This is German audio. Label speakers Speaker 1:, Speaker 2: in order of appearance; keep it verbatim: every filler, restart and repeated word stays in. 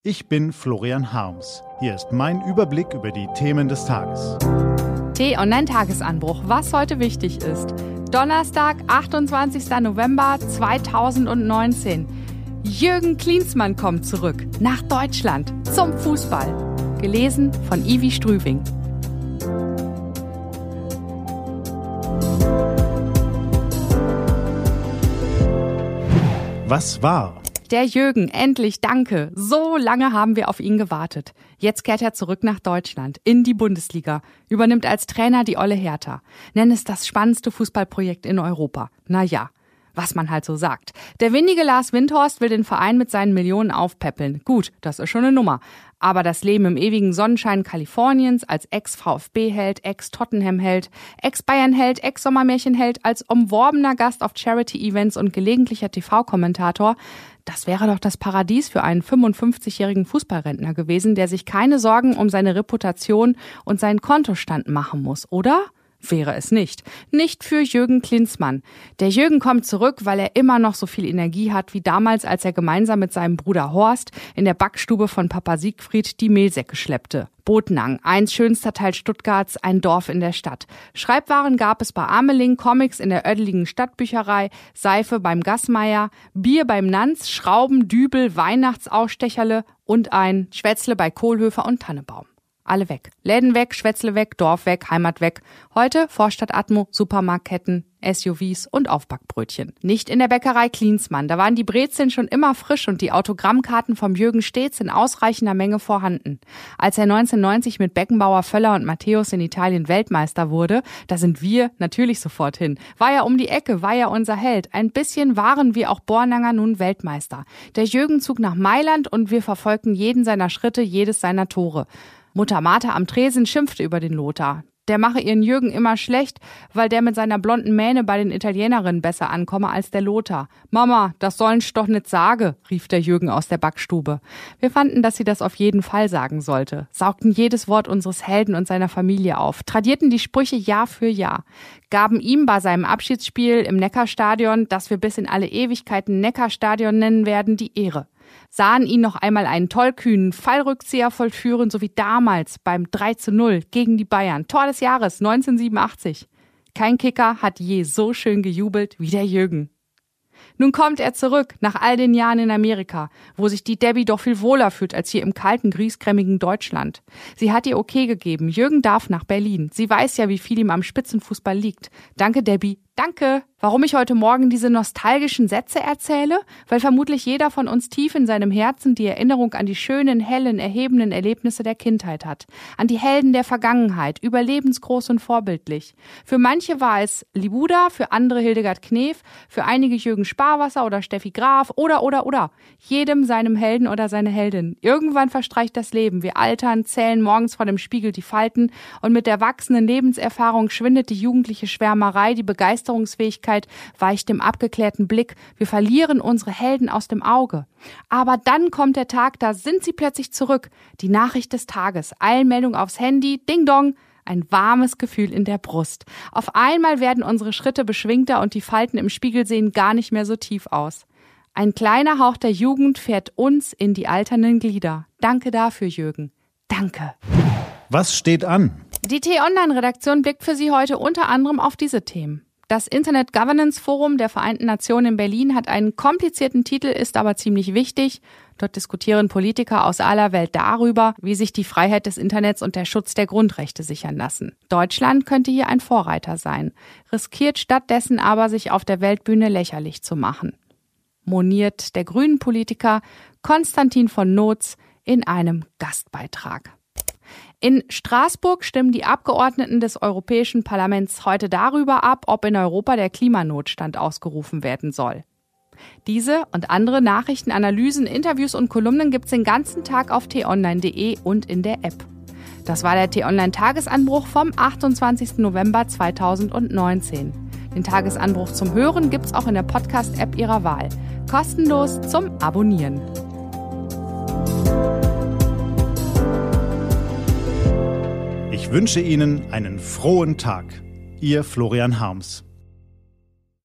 Speaker 1: Ich bin Florian Harms. Hier ist mein Überblick über die Themen des Tages.
Speaker 2: T-Online-Tagesanbruch, was heute wichtig ist. Donnerstag, achtundzwanzigster November zweitausendneunzehn. Jürgen Klinsmann kommt zurück nach Deutschland zum Fußball. Gelesen von Ivi Strüving.
Speaker 1: Was war?
Speaker 2: Der Jürgen, endlich, danke. So lange haben wir auf ihn gewartet. Jetzt kehrt er zurück nach Deutschland, in die Bundesliga, übernimmt als Trainer die Olle Hertha. Nenn es das spannendste Fußballprojekt in Europa. Na ja, was man halt so sagt. Der windige Lars Windhorst will den Verein mit seinen Millionen aufpäppeln. Gut, das ist schon eine Nummer. Aber das Leben im ewigen Sonnenschein Kaliforniens als Ex-V F B-Held, Ex-Tottenham-Held, Ex-Bayern-Held, Ex-Sommermärchen-Held, als umworbener Gast auf Charity-Events und gelegentlicher T V-Kommentator, das wäre doch das Paradies für einen fünfundfünfzigjährigen Fußballrentner gewesen, der sich keine Sorgen um seine Reputation und seinen Kontostand machen muss, oder? Wäre es nicht. Nicht für Jürgen Klinsmann. Der Jürgen kommt zurück, weil er immer noch so viel Energie hat wie damals, als er gemeinsam mit seinem Bruder Horst in der Backstube von Papa Siegfried die Mehlsäcke schleppte. Botnang, einst schönster Teil Stuttgarts, ein Dorf in der Stadt. Schreibwaren gab es bei Ameling, Comics in der ödeligen Stadtbücherei, Seife beim Gassmeier, Bier beim Nanz, Schrauben, Dübel, Weihnachtsausstecherle und ein Schwätzle bei Kohlhöfer und Tannebaum. Alle weg. Läden weg, Schwätzle weg, Dorf weg, Heimat weg. Heute Vorstadt-Atmo, Supermarktketten, S U Vs und Aufbackbrötchen. Nicht in der Bäckerei Klinsmann. Da waren die Brezeln schon immer frisch und die Autogrammkarten vom Jürgen stets in ausreichender Menge vorhanden. Als er neunzehnhundertneunzig mit Beckenbauer, Völler und Matthäus in Italien Weltmeister wurde, da sind wir natürlich sofort hin. War ja um die Ecke, war ja unser Held. Ein bisschen waren wir auch Bornanger nun Weltmeister. Der Jürgen zog nach Mailand und wir verfolgten jeden seiner Schritte, jedes seiner Tore. Mutter Martha am Tresen schimpfte über den Lothar. Der mache ihren Jürgen immer schlecht, weil der mit seiner blonden Mähne bei den Italienerinnen besser ankomme als der Lothar. Mama, das sollen's doch nicht sage, rief der Jürgen aus der Backstube. Wir fanden, dass sie das auf jeden Fall sagen sollte, saugten jedes Wort unseres Helden und seiner Familie auf, tradierten die Sprüche Jahr für Jahr, gaben ihm bei seinem Abschiedsspiel im Neckarstadion, das wir bis in alle Ewigkeiten Neckarstadion nennen werden, die Ehre. Sahen ihn noch einmal einen tollkühnen Fallrückzieher vollführen, so wie damals beim drei zu null gegen die Bayern. Tor des Jahres neunzehnhundertsiebenundachtzig. Kein Kicker hat je so schön gejubelt wie der Jürgen. Nun kommt er zurück, nach all den Jahren in Amerika, wo sich die Debbie doch viel wohler fühlt als hier im kalten, griesgrämigen Deutschland. Sie hat ihr okay gegeben. Jürgen darf nach Berlin. Sie weiß ja, wie viel ihm am Spitzenfußball liegt. Danke, Debbie. Danke. Warum ich heute Morgen diese nostalgischen Sätze erzähle? Weil vermutlich jeder von uns tief in seinem Herzen die Erinnerung an die schönen, hellen, erhebenden Erlebnisse der Kindheit hat. An die Helden der Vergangenheit, überlebensgroß und vorbildlich. Für manche war es Libuda, für andere Hildegard Knef, für einige Jürgen Sparwasser oder Steffi Graf oder, oder, oder. Jedem seinem Helden oder seine Heldin. Irgendwann verstreicht das Leben. Wir altern, zählen morgens vor dem Spiegel die Falten und mit der wachsenden Lebenserfahrung schwindet die jugendliche Schwärmerei, die Begeisterungsfähigkeit weicht dem abgeklärten Blick. Wir verlieren unsere Helden aus dem Auge. Aber dann kommt der Tag, da sind sie plötzlich zurück. Die Nachricht des Tages, Eilmeldung aufs Handy, Ding Dong. Ein warmes Gefühl in der Brust. Auf einmal werden unsere Schritte beschwingter und die Falten im Spiegel sehen gar nicht mehr so tief aus. Ein kleiner Hauch der Jugend fährt uns in die alternden Glieder. Danke dafür, Jürgen. Danke.
Speaker 1: Was steht an?
Speaker 2: Die T-Online-Redaktion blickt für Sie heute unter anderem auf diese Themen. Das Internet Governance Forum der Vereinten Nationen in Berlin hat einen komplizierten Titel, ist aber ziemlich wichtig. Dort diskutieren Politiker aus aller Welt darüber, wie sich die Freiheit des Internets und der Schutz der Grundrechte sichern lassen. Deutschland könnte hier ein Vorreiter sein, riskiert stattdessen aber, sich auf der Weltbühne lächerlich zu machen. Moniert der Grünen-Politiker Konstantin von Notz in einem Gastbeitrag. In Straßburg stimmen die Abgeordneten des Europäischen Parlaments heute darüber ab, ob in Europa der Klimanotstand ausgerufen werden soll. Diese und andere Nachrichten, Analysen, Interviews und Kolumnen gibt's den ganzen Tag auf t online punkt de und in der App. Das war der T-Online-Tagesanbruch vom achtundzwanzigsten November zweitausendneunzehn. Den Tagesanbruch zum Hören gibt's auch in der Podcast-App Ihrer Wahl. Kostenlos zum Abonnieren.
Speaker 1: Ich wünsche Ihnen einen frohen Tag. Ihr Florian Harms.